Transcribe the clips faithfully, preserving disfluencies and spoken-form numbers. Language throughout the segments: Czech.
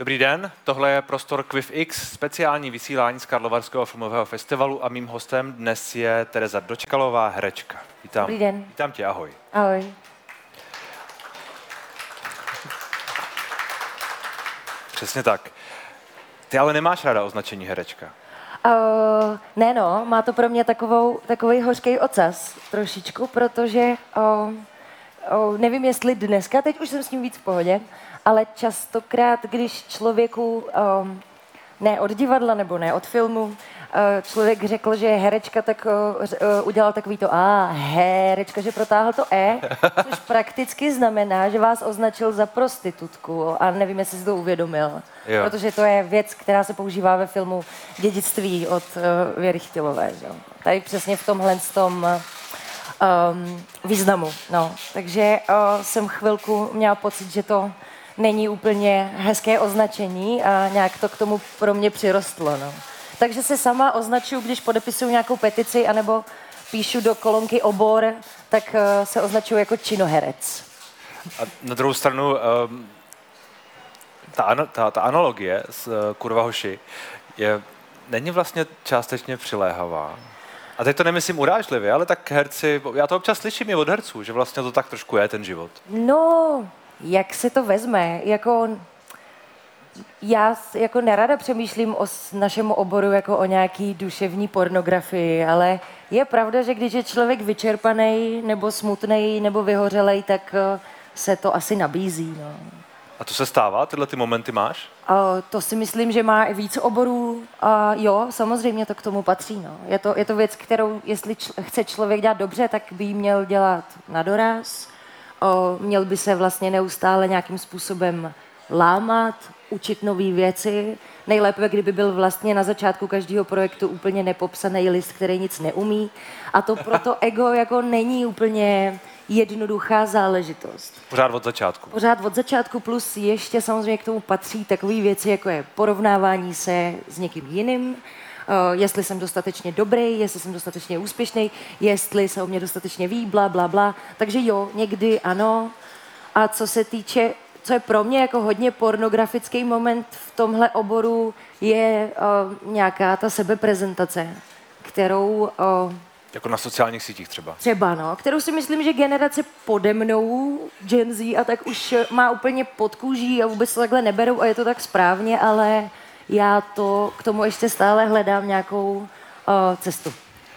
Dobrý den, tohle je prostor QuiffX, speciální vysílání z Karlovarského filmového festivalu a mým hostem dnes je Tereza Dočkalová, herečka. Vítám. Dobrý den. Vítám tě, ahoj. Ahoj. Přesně tak. Ty ale nemáš ráda označení herečka. Uh, ne no, má to pro mě takovou, takový hořký ocas trošičku, protože uh, uh, nevím, jestli dneska, teď už jsem s tím víc v pohodě, ale častokrát, když člověku, um, ne od divadla nebo ne od filmu, uh, člověk řekl, že je herečka, tak uh, uh, udělal takový to a herečka, že protáhl to e, což prakticky znamená, že vás označil za prostitutku a nevím, jestli jsi to uvědomil. Jo. Protože to je věc, která se používá ve filmu Dědictví od uh, Věry Chytilové. Že? Tady přesně v tomhle tom um, významu. No. Takže uh, jsem chvilku měla pocit, že to není úplně hezké označení a nějak to k tomu pro mě přirostlo. No. Takže se sama označuju, když podepisuju nějakou petici anebo píšu do kolonky obor, tak uh, se označuju jako činoherec. A na druhou stranu, um, ta, ta, ta analogie s uh, Kurva hoši je, není vlastně částečně přiléhavá. A teď to nemyslím urážlivě, ale tak herci, já to občas slyším i od herců, že vlastně to tak trošku je ten život. No, jak se to vezme? Jako, já jako nerada přemýšlím o našem oboru jako o nějaký duševní pornografii, ale je pravda, že když je člověk vyčerpaný nebo smutný nebo vyhořelej, tak uh, se to asi nabízí. No. A to se stává? Tyhle ty momenty máš? Uh, to si myslím, že má i víc oborů. A uh, jo, samozřejmě to k tomu patří. No. Je, to, je to věc, kterou, jestli č- chce člověk dělat dobře, tak by ji měl dělat na doraz. Uh, měl by se vlastně neustále nějakým způsobem lámat, učit nové věci. Nejlépe, kdyby byl vlastně na začátku každého projektu úplně nepopsaný list, který nic neumí. A to proto ego jako není úplně jednoduchá záležitost. Pořád od začátku. Pořád od začátku, plus ještě samozřejmě k tomu patří takové věci, jako je porovnávání se s někým jiným, uh, jestli jsem dostatečně dobrý, jestli jsem dostatečně úspěšný, jestli se o mě dostatečně ví, bla, bla, bla. Takže jo, někdy ano. A co se týče, co je pro mě jako hodně pornografický moment v tomhle oboru, je uh, nějaká ta sebeprezentace, kterou... Uh, Jako na sociálních sítích třeba. Třeba, no, kterou si myslím, že generace pode mnou, Gen Z, a tak už má úplně pod kůží a vůbec to takhle neberou a je to tak správně, ale já to k tomu ještě stále hledám nějakou uh, cestu.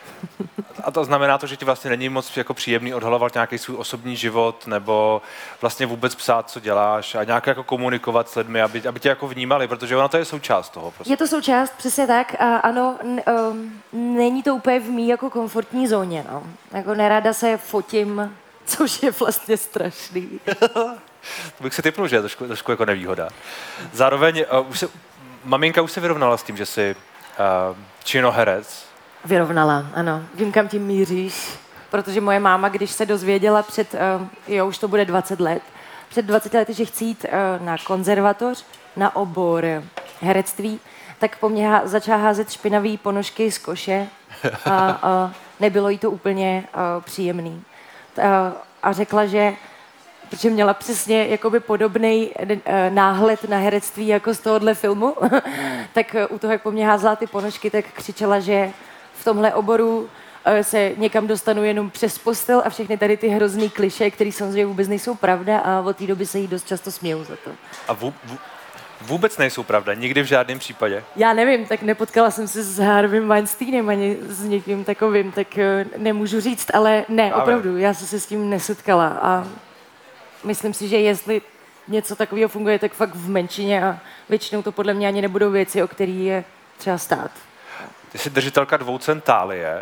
A to znamená to, že ti vlastně není moc jako příjemný odhalovat nějaký svůj osobní život nebo vlastně vůbec psát, co děláš a nějak jako komunikovat s lidmi, aby, aby tě jako vnímali, protože ono to je součást toho. Prostě. Je to součást, přesně tak. A ano, n- um, není to úplně v mý jako komfortní zóně. No. Jako nerada se fotím, což je vlastně strašný. To bych si typnul, že je trošku, trošku jako nevýhoda. Zároveň uh, už se, maminka už se vyrovnala s tím, že jsi uh, činoherec. Vyrovnala, ano. Vím, kam tím míříš, protože moje máma, když se dozvěděla před, uh, jo, už to bude dvacet let, před dvaceti lety, že chci jít uh, na konzervatoř, na obor herectví, tak po mně há, začala házet špinavý ponožky z koše a uh, nebylo jí to úplně uh, příjemný. Uh, a řekla, že protože měla přesně jakoby podobný uh, náhled na herectví jako z tohohle filmu, tak uh, u toho, jak po mně házela ty ponožky, tak křičela, že v tomhle oboru se někam dostanu jenom přes postel a všechny tady ty hrozný klišé, které samozřejmě vůbec nejsou pravda a od té doby se jí dost často smějou za to. A vů, vů, vůbec nejsou pravda? Nikdy v žádném případě? Já nevím, tak nepotkala jsem se s Harvym Weinsteinem ani s někým takovým, tak nemůžu říct, ale ne, Právě. Opravdu, já jsem se s tím nesetkala a myslím si, že jestli něco takového funguje, tak fakt v menšině a většinou to podle mě ani nebudou věci, o který je třeba stát. Ty jsi držitelka dvou cen Thálie.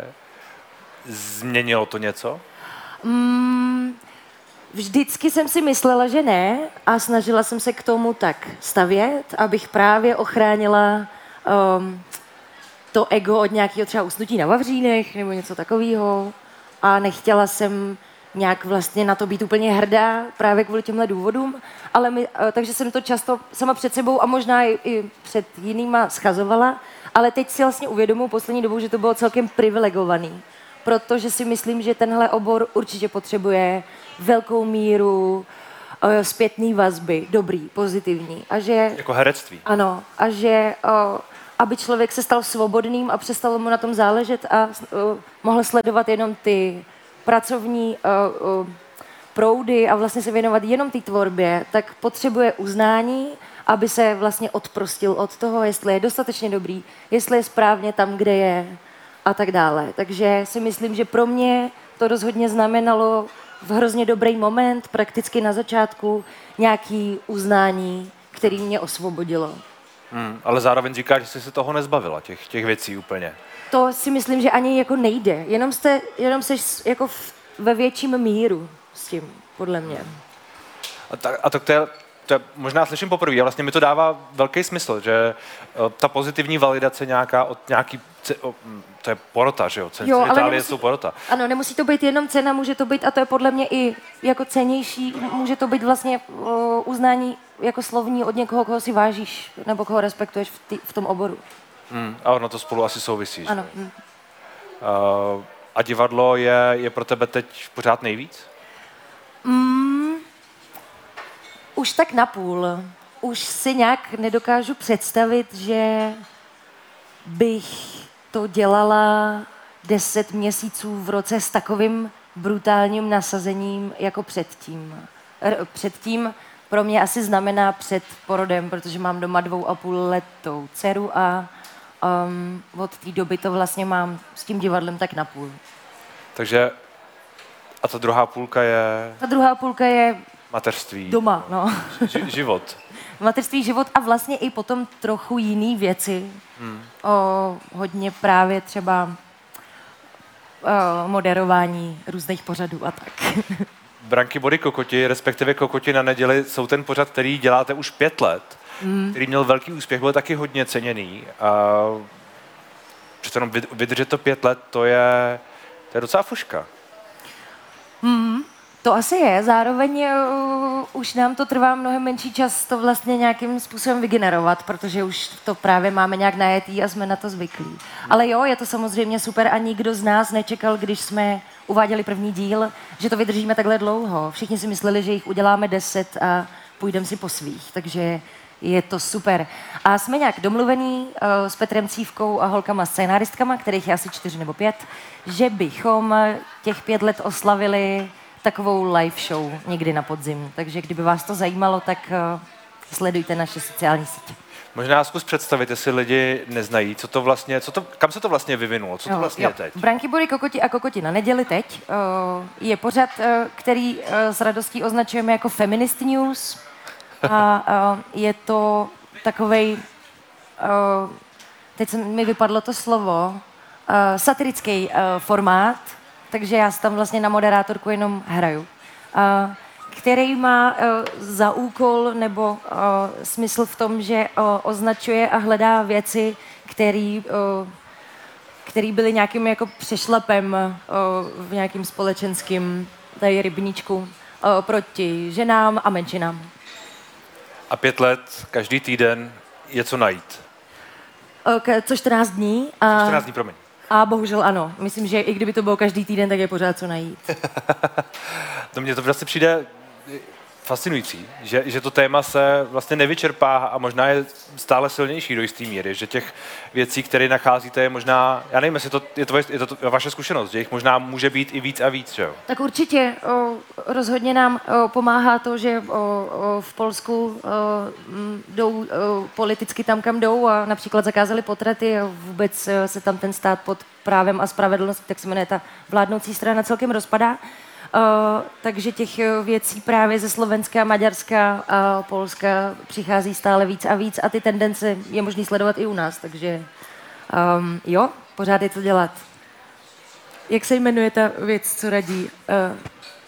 Změnilo to něco? Mm, vždycky jsem si myslela, že ne a snažila jsem se k tomu tak stavět, abych právě ochránila um, to ego od nějakého třeba usnutí na vavřínech nebo něco takového a nechtěla jsem nějak vlastně na to být úplně hrdá právě kvůli těmhle důvodům, ale my, takže jsem to často sama před sebou a možná i, i před jinýma schazovala, ale teď si vlastně uvědomuji poslední dobou, že to bylo celkem privilegovaný, protože si myslím, že tenhle obor určitě potřebuje velkou míru uh, zpětný vazby, dobrý, pozitivní. A že, Jako herectví. ano, a že uh, aby člověk se stal svobodným a přestalo mu na tom záležet a uh, mohl sledovat jenom ty pracovní uh, uh, proudy a vlastně se věnovat jenom té tvorbě, tak potřebuje uznání, aby se vlastně odprostil od toho, jestli je dostatečně dobrý, jestli je správně tam, kde je a tak dále. Takže si myslím, že pro mě to rozhodně znamenalo v hrozně dobrý moment, prakticky na začátku, nějaký uznání, který mě osvobodilo. Hmm, ale zároveň říkáš, že jsi se toho nezbavila, těch, těch věcí úplně. To si myslím, že ani jako nejde. Jenom jste, jenom jsi jako v, ve větším míru s tím, podle mě. A, ta, a to, to, je, to je, možná slyším poprvé, a vlastně mi to dává velký smysl, že uh, ta pozitivní validace nějaká od nějaký, o, to je porota, že jo? Cenitálie nemusí, jsou porota. Ano, nemusí to být jenom cena, může to být, a to je podle mě i jako cennější, může to být vlastně uh, uznání jako slovní od někoho, koho si vážíš, nebo koho respektuješ v, tý, v tom oboru. Hmm, a ono to spolu asi souvisí. Ano. Hmm. Uh, a divadlo je, je pro tebe teď pořád nejvíc? Mm, už tak napůl. Už si nějak nedokážu představit, že bych to dělala deset měsíců v roce s takovým brutálním nasazením jako předtím. R- předtím pro mě asi znamená před porodem, protože mám doma dvou a půl letou dceru a um, od té doby to vlastně mám s tím divadlem tak napůl. Takže a ta druhá půlka je... Ta druhá půlka je mateřství. Doma, no. Ži- život. Mateřství, život a vlastně i potom trochu jiný věci. Hmm. O, hodně právě třeba o, moderování různých pořadů a tak. Branky body kokoti, respektive kokoti na neděli, jsou ten pořad, který děláte už pět let, hmm. který měl velký úspěch, byl taky hodně ceněný. A přece jenom vydržet to pět let, to je, to je docela fuška. Hmm. To asi je, zároveň uh, už nám to trvá mnohem menší čas to vlastně nějakým způsobem vygenerovat, protože už to právě máme nějak najetý a jsme na to zvyklí. Ale jo, je to samozřejmě super a nikdo z nás nečekal, když jsme uváděli první díl, že to vydržíme takhle dlouho. Všichni si mysleli, že jich uděláme deset a půjdeme si po svých, takže je to super. A jsme nějak domluvení uh, s Petrem Cívkou a holkama scénáristkama, kterých je asi čtyři nebo pět, že bychom těch pět let oslavili takovou live show někdy na podzim. Takže kdyby vás to zajímalo, tak uh, sledujte naše sociální sítě. Možná zkus představit, jestli lidi neznají, co to vlastně, co to, kam se to vlastně vyvinulo, co to vlastně jo, je teď? Branky, body, kokoti a kokoti na neděli teď uh, je pořad, uh, který uh, s radostí označujeme jako Feminist News. A uh, je to takovej, uh, teď se mi vypadlo to slovo, uh, satirický uh, formát, takže já si tam vlastně na moderátorku jenom hraju, uh, který má uh, za úkol nebo uh, smysl v tom, že uh, označuje a hledá věci, který, uh, který byly nějakým jako přešlapem uh, v nějakým společenským tady rybníčku uh, proti ženám a menšinám. A pět let, každý týden je co najít. Okay, co čtrnáct dní. A... Co čtrnáct dní, promiň. A bohužel ano. Myslím, že i kdyby to bylo každý týden, tak je pořád co najít. To mně to vlastně přijde fascinující, že, že to téma se vlastně nevyčerpá a možná je stále silnější do jisté míry, že těch věcí, které nacházíte, je možná, já nevím, jestli to je, tvoje, je to vaše zkušenost, že jich možná může být i víc a víc, že jo? Tak určitě o, rozhodně nám o, pomáhá to, že o, o, v Polsku o, m, jdou o, politicky tam, kam jdou a například zakázali potraty a vůbec o, se tam ten stát pod právem a spravedlností, tak se jmenuje ta vládnoucí strana, celkem rozpadá. Uh, takže těch věcí právě ze Slovenska, Maďarska a Polska přichází stále víc a víc a ty tendence je možný sledovat i u nás, takže um, jo, pořád je to dělat. Jak se jmenuje ta věc, co radí? Uh,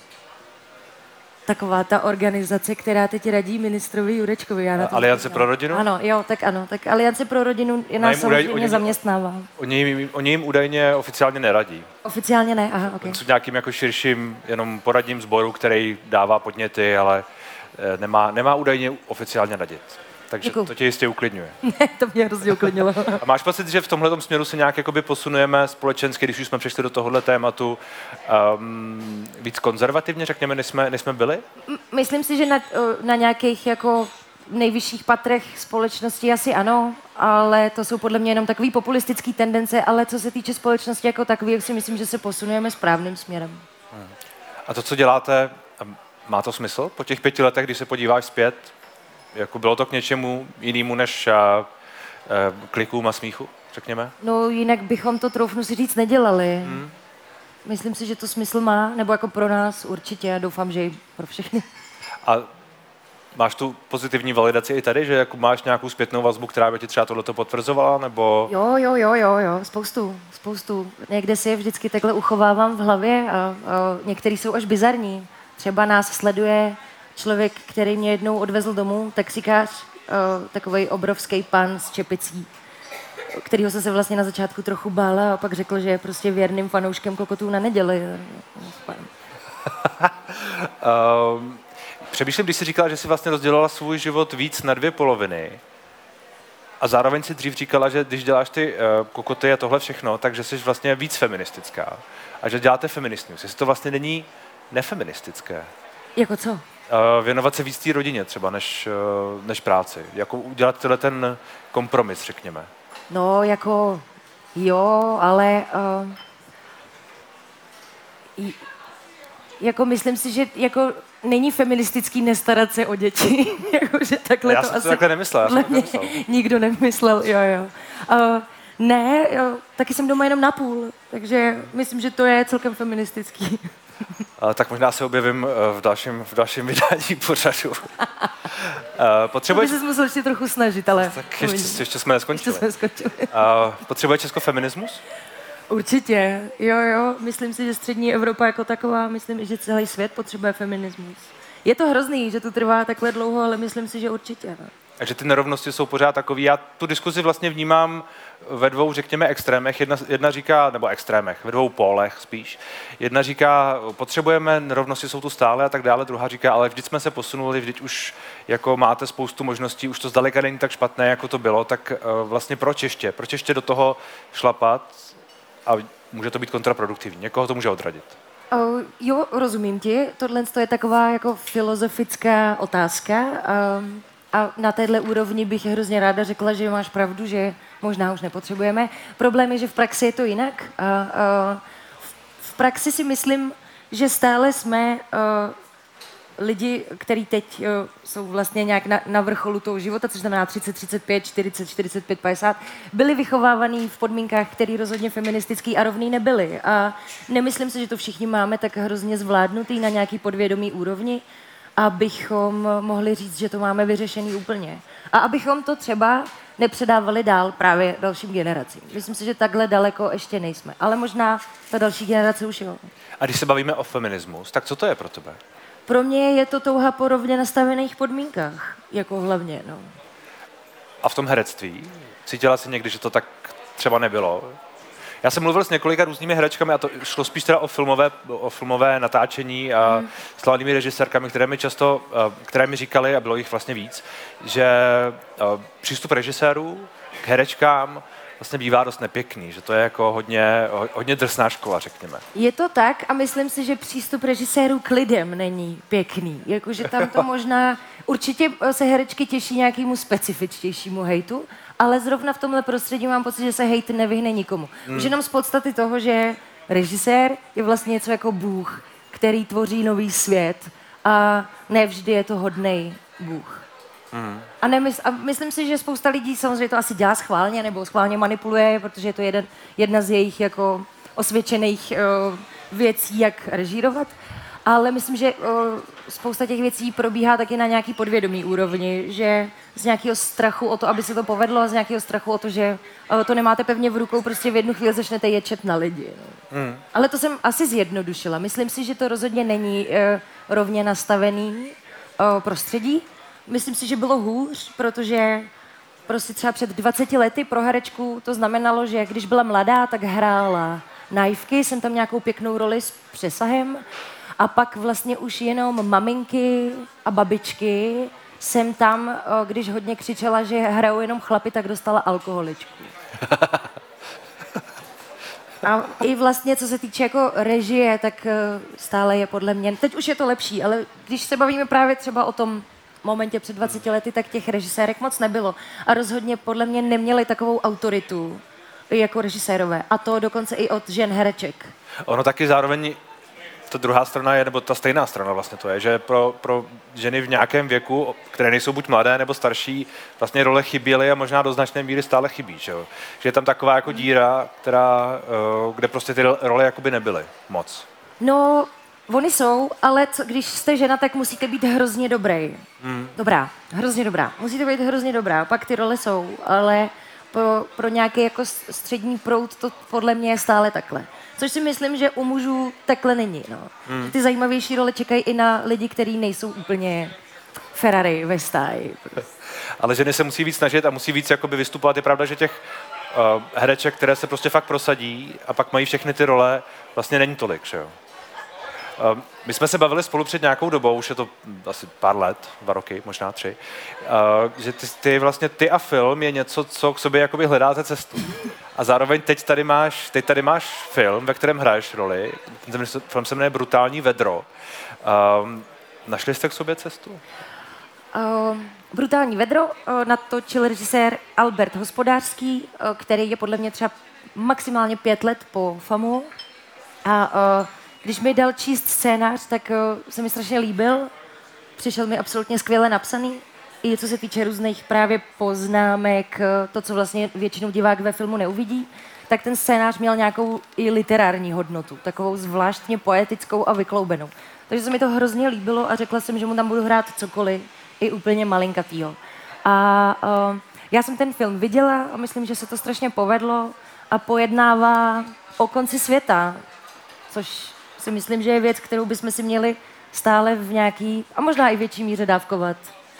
taková ta organizace, která teď radí ministrovi Jurečkovi. Já na to Aliance pro rodinu? Ano, jo, tak ano. Tak Aliance pro rodinu je nás samozřejmě udaj, zaměstnává. Oni jim, oni jim údajně oficiálně neradí. Oficiálně ne, aha, ok. Jsou nějakým jako širším jenom poradním sboru, který dává podněty, ale nemá, nemá údajně oficiálně radit. takže Děkuju. to tě jistě uklidňuje. Ne, to mě hrozně uklidnilo. A máš pocit, že v tomhletom směru se nějak jakoby posunujeme společensky, když už jsme přišli do tohohle tématu, um, víc konzervativně, řekněme, než jsme, než jsme byli? M- Myslím si, že na, na nějakých jako nejvyšších patrech společnosti asi ano, ale to jsou podle mě jenom takový populistický tendence, ale co se týče společnosti jako takový, si myslím, že se posunujeme správným směrem. Hmm. A to, co děláte, má to smysl po těch pěti letech, když se podíváš zpět? Jako bylo to k něčemu jinému než a, a, klikům a smíchu, řekněme? No jinak bychom to, troufnu si říct, nedělali. Hmm. Myslím si, že to smysl má, nebo jako pro nás určitě, a doufám, že i pro všechny. A máš tu pozitivní validaci i tady, že jako máš nějakou zpětnou vazbu, která by ti třeba tohleto potvrzovala, nebo... Jo, jo, jo, jo, jo, spoustu, spoustu. Někde si je vždycky takhle uchovávám v hlavě a, a některý jsou až bizarní. Třeba nás sleduje člověk, který mě jednou odvezl domů, taxikář, takovej obrovský pan s čepicí, kterýho jsem se vlastně na začátku trochu bála a pak řekl, že je prostě věrným fanouškem Kokotů na neděli. um, přemýšlím, když jsi říkala, že jsi vlastně rozdělala svůj život víc na dvě poloviny a zároveň si dřív říkala, že když děláš ty uh, Kokoty a tohle všechno, takže jsi vlastně víc feministická a že děláte feministický. Jestli to vlastně není nefeministické. Jako co? Uh, věnovat se víc té rodině třeba, než, uh, než práci. Jako udělat tenhle ten kompromis, řekněme. No, jako jo, ale uh, j, jako myslím si, že jako není feministický nestarat se o děti. jako, že takhle já to jsem asi to takhle nemyslel. Já jsem to nemyslel. Nikdo nemyslel, jo, jo. Uh, ne, jo, taky jsem doma jenom na půl, takže myslím, že to je celkem feministický. Uh, tak možná se objevím uh, v dalším, v dalším vydání pořadu. Uh, potřebuje... To by se musel ještě trochu snažit, ale... Tak ještě, ještě jsme neskončili. Ještě jsme neskončili. Uh, potřebuje Česko feminismus? Určitě, jo, jo. Myslím si, že střední Evropa jako taková, myslím, že celý svět potřebuje feminismus. Je to hrozný, že to trvá takhle dlouho, ale myslím si, že určitě. No. A že ty nerovnosti jsou pořád takový. Já tu diskuzi vlastně vnímám ve dvou, řekněme, extrémech. Jedna, jedna říká, nebo extrémech, ve dvou pólech spíš. Jedna říká, potřebujeme, nerovnosti jsou tu stále a tak dále. Druhá říká, ale vždyť jsme se posunuli, vždyť už jako máte spoustu možností, už to zdaleka není tak špatné, jako to bylo, tak uh, vlastně proč ještě? Proč ještě do toho šlapat? A může to být kontraproduktivní. Někoho to může odradit. Uh, jo, rozumím ti. Tohle je taková jako filozofická otázka. Um, a na téhle úrovni bych hrozně ráda řekla, že máš pravdu, že možná už nepotřebujeme. Problém je, že v praxi je to jinak. A, a v praxi si myslím, že stále jsme uh, lidi, kteří teď uh, jsou vlastně nějak na, na vrcholu toho života, což znamená třicet, třicet pět, čtyřicet, čtyřicet pět, padesát, byli vychovávaní v podmínkách, které rozhodně feministický a rovný nebyly. A nemyslím si, že to všichni máme tak hrozně zvládnutý na nějaký podvědomý úrovni, abychom mohli říct, že to máme vyřešený úplně. A abychom to třeba nepředávali dál právě dalším generacím. Myslím si, že takhle daleko ještě nejsme. Ale možná ta další generace už jo. A když se bavíme o feminismus, tak co to je pro tebe? Pro mě je to touha po rovně nastavených podmínkách, jako hlavně, no. A v tom herectví? Cítila jsi někdy, že to tak třeba nebylo? Já jsem mluvil s několika různými herečkami a to šlo spíš teda o filmové, o filmové natáčení a mm. slavnými režisérkami, které mi často, které mi říkali, a bylo jich vlastně víc, že přístup režisérů k herečkám vlastně bývá dost nepěkný, že to je jako hodně, hodně drsná škola, řekněme. Je to tak a myslím si, že přístup režisérů k lidem není pěkný. Jakože tam to možná, určitě se herečky těší nějakému specifičtějšímu hejtu, ale zrovna v tomhle prostředí mám pocit, že se hejt nevyhne nikomu. Hmm. Už jenom z podstaty toho, že režisér je vlastně něco jako Bůh, který tvoří nový svět a ne vždy je to hodnej Bůh. Hmm. A, nemysl, a myslím si, že spousta lidí samozřejmě to asi dělá schválně nebo schválně manipuluje, protože je to jeden, jedna z jejich jako osvědčených uh, věcí, jak režírovat. Ale myslím, že uh, spousta těch věcí probíhá taky na nějaký podvědomý úrovni, že z nějakého strachu o to, aby se to povedlo, a z nějakého strachu o to, že uh, to nemáte pevně v rukou, prostě v jednu chvíli začnete ječet na lidi. No. Mm. Ale to jsem asi zjednodušila. Myslím si, že to rozhodně není uh, rovně nastavený uh, prostředí. Myslím si, že bylo hůř, protože prostě třeba před dvaceti lety pro herečku to znamenalo, že když byla mladá, tak hrála naivky, jsem tam nějakou pěknou roli s přesahem. A pak vlastně už jenom maminky a babičky jsem tam, o, když hodně křičela, že hrajou jenom chlapi, tak dostala alkoholičku. A i vlastně, co se týče jako režie, tak uh, stále je podle mě, teď už je to lepší, ale když se bavíme právě třeba o tom momentě před dvaceti lety, tak těch režisérek moc nebylo. A rozhodně podle mě neměli takovou autoritu jako režisérové. A to dokonce i od žen hereček. Ono taky zároveň, ta druhá strana je, nebo ta stejná strana vlastně to je, že pro, pro ženy v nějakém věku, které nejsou buď mladé nebo starší, vlastně role chyběly a možná do značné míry stále chybí. Že, jo? Že je tam taková jako díra, která, kde prostě ty role jakoby nebyly moc. No, oni jsou, ale co, když jste žena, tak musíte být hrozně dobrý. Hmm. Dobrá, hrozně dobrá. Musíte být hrozně dobrá, pak ty role jsou, ale pro, pro nějaký jako střední proud to podle mě je stále takhle. Což si myslím, že u mužů takhle není. No. Hmm. Ty zajímavější role čekají i na lidi, kteří nejsou úplně Ferrari ve stáji. Ale ženy se musí víc snažit a musí víc jakoby vystupovat. Je pravda, že těch uh, hereček, které se prostě fakt prosadí a pak mají všechny ty role, vlastně není tolik, že jo? Uh, my jsme se bavili spolu před nějakou dobou, už je to asi pár let, dva roky, možná tři, uh, že ty, ty vlastně ty a film je něco, co k sobě jakoby hledáte cestu. A zároveň teď tady máš, teď tady máš film, ve kterém hraješ roli. Ten film se jmenuje Brutální vedro. Uh, našli jste k sobě cestu? Uh, Brutální vedro uh, natočil režisér Albert Hospodářský, uh, který je podle mě třeba maximálně pět let po FAMu. A uh, když mi dal číst scénář, tak uh, se mi strašně líbil. Přišel mi absolutně skvěle napsaný. I co se týče různých právě poznámek, uh, to, co vlastně většinou divák ve filmu neuvidí, tak ten scénář měl nějakou i literární hodnotu, takovou zvláštně poetickou a vykloubenou. Takže se mi to hrozně líbilo a řekla jsem, že mu tam budu hrát cokoliv, i úplně malinkatýho. A uh, já jsem ten film viděla a myslím, že se to strašně povedlo a pojednává o konci světa, což si myslím, že je věc, kterou bychom si měli stále v nějaký, a možná i větší míře dávkovat.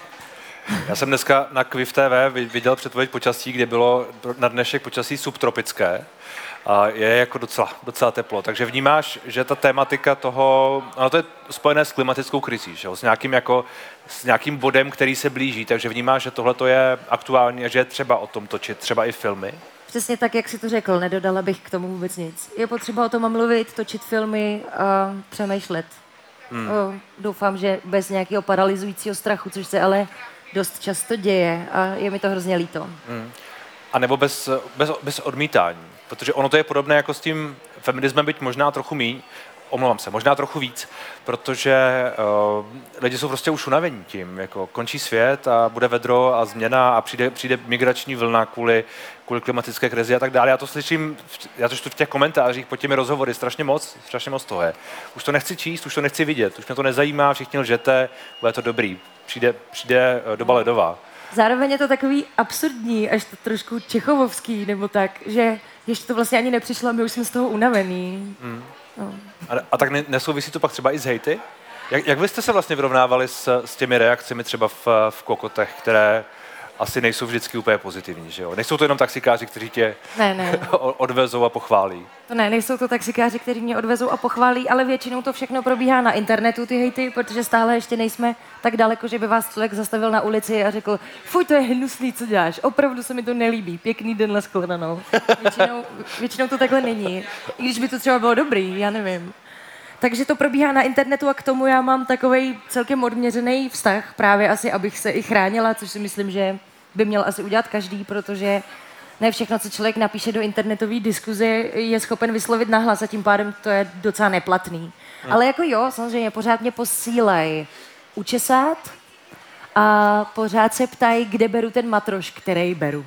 Já jsem dneska na Kviv T V viděl předpověď počasí, kde bylo na dnešek počasí subtropické a je jako docela, docela teplo. Takže vnímáš, že ta tematika toho, ano, to je spojené s klimatickou krizí, že? S nějakým jako, s nějakým bodem, který se blíží, takže vnímáš, že tohle je aktuální a že je třeba o tom točit, třeba i filmy? Přesně tak, jak jsi to řekl, nedodala bych k tomu vůbec nic. Je potřeba o tom mluvit, točit filmy a přemýšlet. Hmm. O, doufám, že bez nějakého paralyzujícího strachu, což se ale dost často děje a je mi to hrozně líto. Hmm. A nebo bez, bez, bez odmítání, protože ono to je podobné jako s tím feminismem, byť možná trochu míň, omlouvám se, možná trochu víc, protože uh, lidi jsou prostě už unavení tím, jako končí svět a bude vedro a změna a přijde, přijde migrační vlna kvůli, kvůli klimatické krizi a tak dále. Já to slyším, já to čtu v těch komentářích pod těmi rozhovory, strašně moc, strašně moc toho je. Už to nechci číst, už to nechci vidět, už mě to nezajímá, všichni lžete, bude to dobrý, přijde, přijde doba ledová. Zároveň je to takový absurdní, až to trošku čechovovský, nebo tak, že ještě to vlastně ani nepřišlo a my už jsme z toho unavený. Hmm. No. A, a tak ne, nesouvisí to pak třeba i s hejty? Jak, jak vy jste se vlastně vyrovnávali s, s těmi reakcemi třeba v, v kokotech, které asi nejsou vždycky úplně pozitivní, že jo? Nejsou to jenom taxikáři, kteří tě ne, ne. odvezou a pochválí. To ne, nejsou to taxikáři, kteří mě odvezou a pochválí, ale většinou to všechno probíhá na internetu, ty hejty, protože stále ještě nejsme tak daleko, že by vás člověk zastavil na ulici a řekl, fuj, to je hnusný, co děláš, opravdu se mi to nelíbí, pěkný den na shledanou. Většinou, většinou to takhle není, i když by to třeba bylo dobrý, já nevím. Takže to probíhá na internetu a k tomu já mám takovej celkem odměřený vztah, právě asi, abych se i chránila, což si myslím, že by měl asi udělat každý, protože ne všechno, co člověk napíše do internetové diskuze, je schopen vyslovit nahlas a tím pádem to je docela neplatný. Hmm. Ale jako jo, samozřejmě pořád mě posílej učesat a pořád se ptají, kde beru ten matroš, který beru.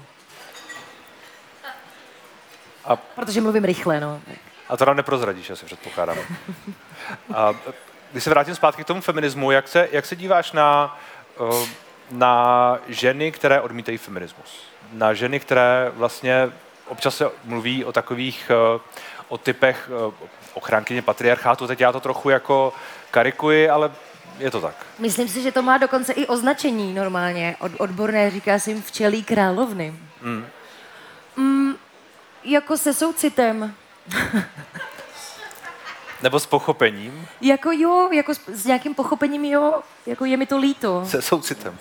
A... Protože mluvím rychle, no. A to nám neprozradíš, asi předpokládám. A když se vrátím zpátky k tomu feminismu, jak se, jak se díváš na, na ženy, které odmítají feminismus? Na ženy, které vlastně občas se mluví o takových, o typech ochránkyně patriarchátu, teď já to trochu jako karikuji, ale je to tak. Myslím si, že to má dokonce i označení normálně, od, odborné, říká se jim včelí královny. Mm. Mm, jako se soucitem. Nebo s pochopením? Jako jo, jako s, s nějakým pochopením jo, jako je mi to líto. Se soucitem.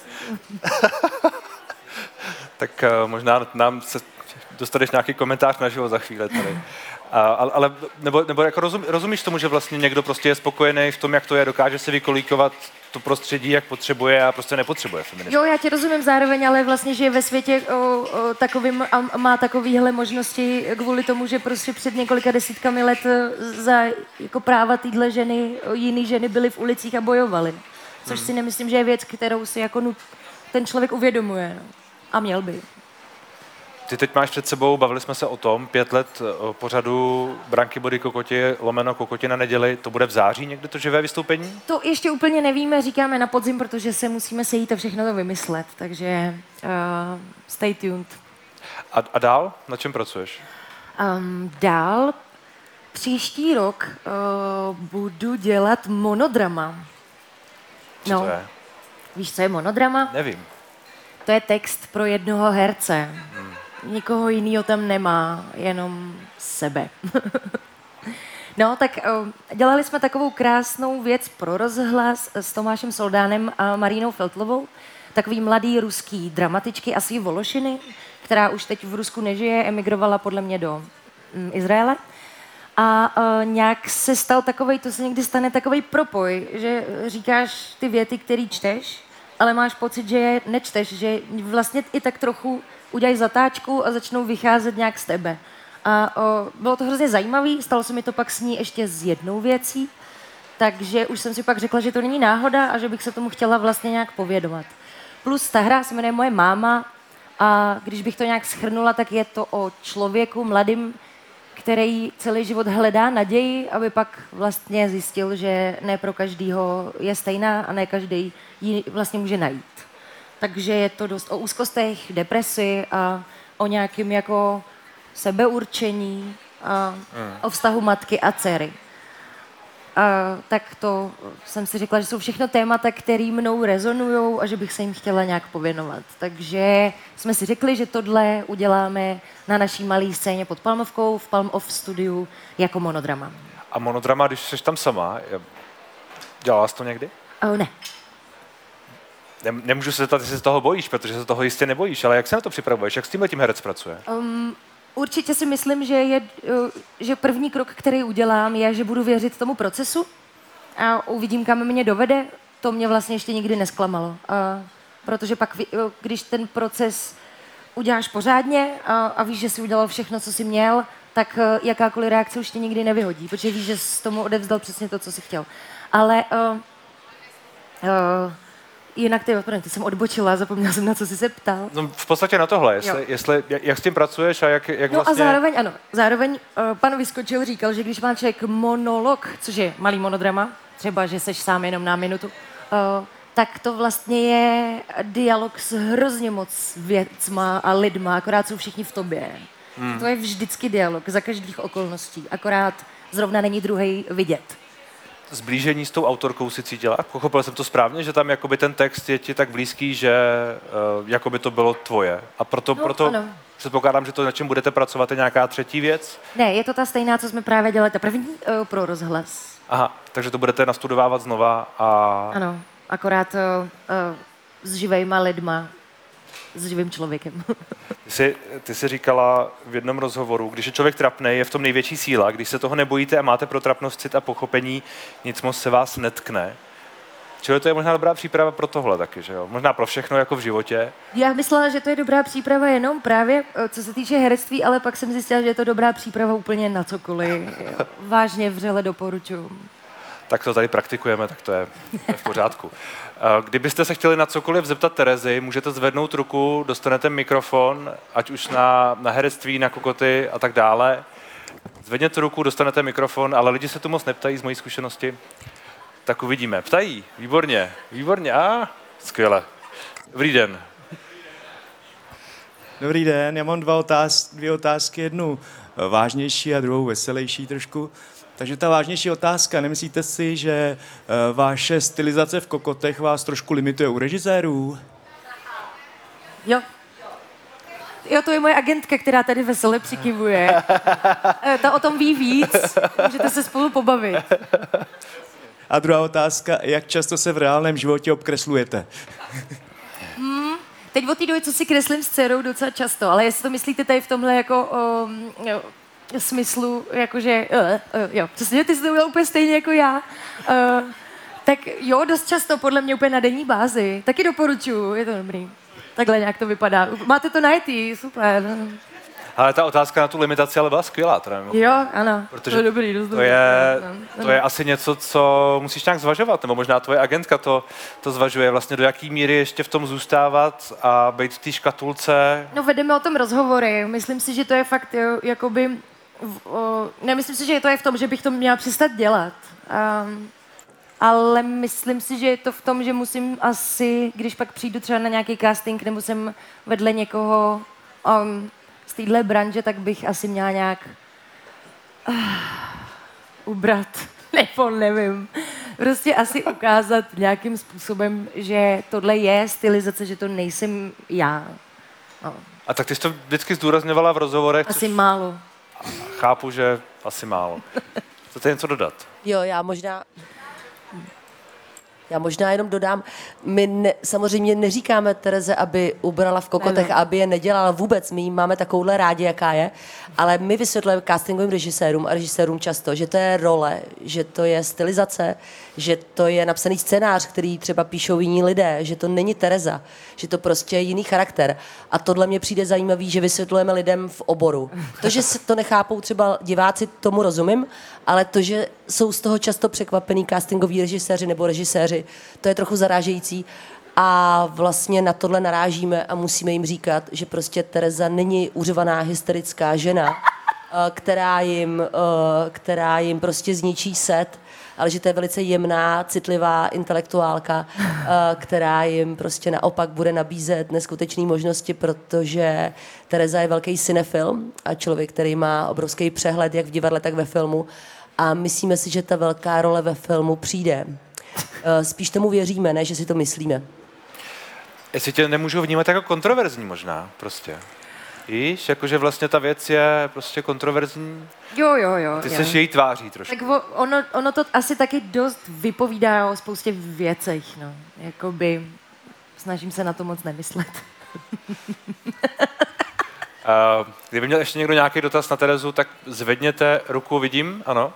Tak uh, možná nám se dostaneš nějaký komentář na život za chvíli tady. A, ale, nebo, nebo jako rozum, rozumíš tomu, že vlastně někdo prostě je spokojený v tom, jak to je, dokáže si vykolíkovat to prostředí, jak potřebuje a prostě nepotřebuje feminismus. Jo, já tě rozumím zároveň, ale vlastně, že je ve světě o, o, takovým a má takovýhle možnosti kvůli tomu, že prostě před několika desítkami let za jako práva týhle ženy, jiný ženy byly v ulicích a bojovaly. Což hmm. si nemyslím, že je věc, kterou si jako nut, ten člověk uvědomuje. No. A měl by. Ty teď máš před sebou, bavili jsme se o tom, pět let pořadu Branky body kokoti, lomeno kokoti na neděli, to bude v září někdy to živé vystoupení? To ještě úplně nevíme, říkáme na podzim, protože se musíme sejít a všechno to vymyslet, takže uh, stay tuned. A, a dál? Na čem pracuješ? Um, dál příští rok uh, budu dělat monodrama. Co no. to je? Víš, co je monodrama? Nevím. To je text pro jednoho herce. Hmm. Nikoho jiného tam nemá, jenom sebe. No, tak dělali jsme takovou krásnou věc pro rozhlas s Tomášem Soldánem a Marínou Feltlovou. Takový mladý ruský dramatičky, asi Vološiny, která už teď v Rusku nežije, emigrovala podle mě do mm, Izraele. A uh, nějak se stal takovej, to se někdy stane takovej propoj, že říkáš ty věty, které čteš, ale máš pocit, že je nečteš, že vlastně i tak trochu udělají zatáčku a začnou vycházet nějak z tebe. A o, bylo to hrozně zajímavé, stalo se mi to pak s ní ještě s jednou věcí, takže už jsem si pak řekla, že to není náhoda a že bych se tomu chtěla vlastně nějak povědomat. Plus ta hra se jmenuje Moje máma a když bych to nějak shrnula, tak je to o člověku mladým, který celý život hledá naději, aby pak vlastně zjistil, že ne pro každýho je stejná a ne každý ji vlastně může najít. Takže je to dost o úzkostech, depresi a o nějakém jako sebeurčení a mm. o vztahu matky a dcery. A tak to jsem si řekla, že jsou všechno témata, které mnou rezonujou a že bych se jim chtěla nějak pověnovat. Takže jsme si řekli, že tohle uděláme na naší malé scéně pod Palmovkou v Palm Off studiu jako monodrama. A monodrama, když jsi tam sama, dělala jsi to někdy? Oh, ne. Nemůžu se zeptat, jestli se toho bojíš, protože se toho jistě nebojíš, ale jak se na to připravuješ? Jak s tímhletím herec pracuje? Um, určitě si myslím, že, je, že první krok, který udělám, je, že budu věřit tomu procesu a uvidím, kam mě dovede. To mě vlastně ještě nikdy nesklamalo. A protože pak, když ten proces uděláš pořádně a, a víš, že jsi udělal všechno, co jsi měl, tak jakákoliv reakce už tě nikdy nevyhodí, protože víš, že jsi tomu odevzdal přesně to, co jsi chtěl. Ale uh, uh, jinak ty, ty jsem odbočila, zapomněla jsem, na co jsi se ptal. No, v podstatě na tohle, jestli, jestli, jak s tím pracuješ a jak, jak no vlastně... No a zároveň, ano, zároveň uh, pan Vyskočil říkal, že když má člověk monolog, což je malý monodrama, třeba, že seš sám jenom na minutu, uh, tak to vlastně je dialog s hrozně moc věcma a lidma, akorát jsou všichni v tobě. Hmm. To je vždycky dialog, za každých okolností, akorát zrovna není druhej vidět. Zblížení s tou autorkou si cítila? Pochopil jsem to správně, že tam jakoby ten text je ti tak blízký, že uh, jakoby to bylo tvoje. A proto, no, proto předpokládám, že to, na čem budete pracovat, je nějaká třetí věc? Ne, je to ta stejná, co jsme právě dělali, ta první uh, pro rozhlas. Aha, takže to budete nastudovávat znova a... Ano, akorát uh, uh, s živejma lidma, s živým člověkem. Ty jsi, ty jsi říkala v jednom rozhovoru, když je člověk trapnej, je v tom největší síla, když se toho nebojíte a máte pro trapnost cit a pochopení, nic moc se vás netkne. Čili to je možná dobrá příprava pro tohle taky, že jo? Možná pro všechno jako v životě. Já myslela, že to je dobrá příprava jenom právě, co se týče herectví, ale pak jsem zjistila, že je to dobrá příprava úplně na cokoliv. Vážně vřele doporučuji. Tak to tady praktikujeme, tak to je, to je v pořádku. Kdybyste se chtěli na cokoliv zeptat Terezy, můžete zvednout ruku, dostanete mikrofon, ať už na, na herectví, na kokoty a tak dále. Zvedněte ruku, dostanete mikrofon, ale lidi se tu moc neptají z mojí zkušenosti. Tak uvidíme. Ptají, výborně, výborně, a skvěle. Dobrý den. Dobrý den, já mám dva otáz, dvě otázky, jednu vážnější a druhou veselější trošku. Takže ta vážnější otázka, nemyslíte si, že uh, vaše stylizace v kokotech vás trošku limituje u režisérů? Jo. Jo, to je moje agentka, která tady vesele přikivuje. Ta o tom ví víc, můžete se spolu pobavit. A druhá otázka, jak často se v reálném životě obkreslujete? Hmm, teď od té doby, co si kreslím s dcerou docela často, ale jestli to myslíte tady v tomhle jako um, jo, smyslu, jakože, uh, uh, jo, přesně, ty jsi to udělal úplně stejně jako já, uh, tak jo, dost často, podle mě úplně na denní bázi. Taky doporučuji, je to dobrý. Takhle nějak to vypadá. Máte to najetý, super. Ale ta otázka na tu limitaci ale byla skvělá. Teda, jo, ano, protože to je dobrý, dost to dobrý. je, No, to je asi něco, co musíš nějak zvažovat, nebo možná tvoje agentka to, to zvažuje, vlastně do jaký míry ještě v tom zůstávat a být v té škatulce. No, vedeme o tom rozhovory. Myslím si, že to je fakt, jo, jakoby, o, nemyslím si, že to je v tom, že bych to měla přestat dělat. Um, ale myslím si, že je to v tom, že musím asi, když pak přijdu třeba na nějaký casting, nebo jsem vedle někoho um, z téhle branže, tak bych asi měla nějak uh, ubrat, nebo nevím. Prostě asi ukázat nějakým způsobem, že tohle je stylizace, že to nejsem já. No. A tak ty jsi to vždycky zdůrazňovala v rozhovorech. Asi málo. Chápu, že asi málo. Chcete něco dodat? Jo, já možná... Já možná jenom dodám, my ne, samozřejmě neříkáme Tereze, aby ubrala v kokotech, ne, ne. aby je nedělala vůbec, my jí máme takovouhle rádi, jaká je, ale my vysvětlujeme castingovým režisérům a režisérům často, že to je role, že to je stylizace, že to je napsaný scénář, který třeba píšou jiní lidé, že to není Tereza, že to prostě je jiný charakter. A tohle mě přijde zajímavý, že vysvětlujeme lidem v oboru. To, že se to nechápou třeba diváci, tomu rozumím, ale to, že jsou z toho často překvapený castingoví režiséři nebo režiséři, to je trochu zarážející a vlastně na tohle narážíme a musíme jim říkat, že prostě Tereza není uřvaná hysterická žena, která jim, která jim prostě zničí set, ale že to je velice jemná, citlivá intelektuálka, která jim prostě naopak bude nabízet neskutečné možnosti, protože Tereza je velký cinefil a člověk, který má obrovský přehled jak v divadle, tak ve filmu a myslíme si, že ta velká role ve filmu přijde. Spíš tomu věříme, ne, že si to myslíme. Jestli tě nemůžu vnímat jako kontroverzní možná, prostě. Víš, jakože vlastně ta věc je prostě kontroverzní. Jo, jo, jo. Ty jo. seš její tváří trošku. Tak o, ono, ono to asi taky dost vypovídá o spoustě věcech, no. Jakoby snažím se na to moc nemyslet. uh, kdyby měl ještě někdo nějaký dotaz na Terezu, tak zvedněte ruku, vidím, ano.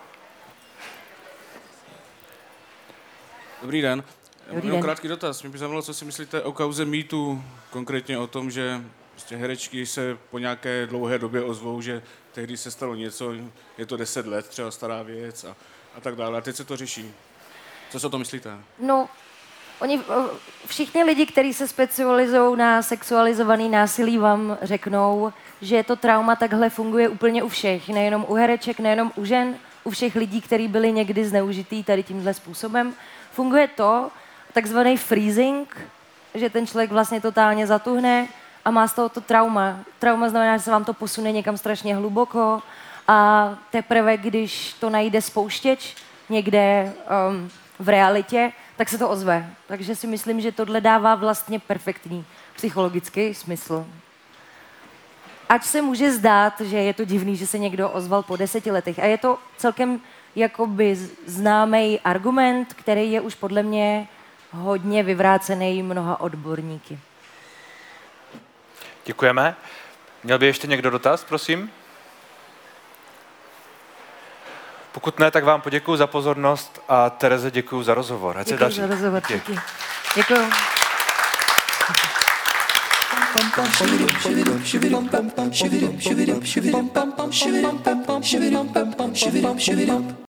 Dobrý den. Dobrý Mám den. krátký dotaz. Mě by zajímalo, co si myslíte o kauze mýtu, konkrétně o tom, že prostě herečky se po nějaké dlouhé době ozvou, že tehdy se stalo něco, je to deset let, třeba stará věc a, a tak dále. A teď se to řeší. Co si o to myslíte? No, oni, o, všichni lidi, kteří se specializují na sexualizovaný násilí, vám řeknou, že to trauma takhle funguje úplně u všech. Nejenom u hereček, nejenom u žen, u všech lidí, kteří byli někdy zneužitý tady tímhle způsobem. Funguje to, takzvaný freezing, že ten člověk vlastně totálně zatuhne a má z toho to trauma. Trauma znamená, že se vám to posune někam strašně hluboko a teprve, když to najde spouštěč někde um, v realitě, tak se to ozve. Takže si myslím, že tohle dává vlastně perfektní psychologický smysl. Ať se může zdát, že je to divný, že se někdo ozval po deseti letech. A je to celkem jakoby známý argument, který je už podle mě hodně vyvrácený mnoha odborníky. Děkujeme. Měl by ještě někdo dotaz, prosím? Pokud ne, tak vám poděkuji za pozornost a Tereze děkuji za rozhovor. Ať se Děkuji daří. za rozhovor. Díky. Děkuji. Shibidum, shibidum, shibidum, shibidum, shibidum, shibidum, shibidum, shibidum, shibidum, shibidum, shibidum,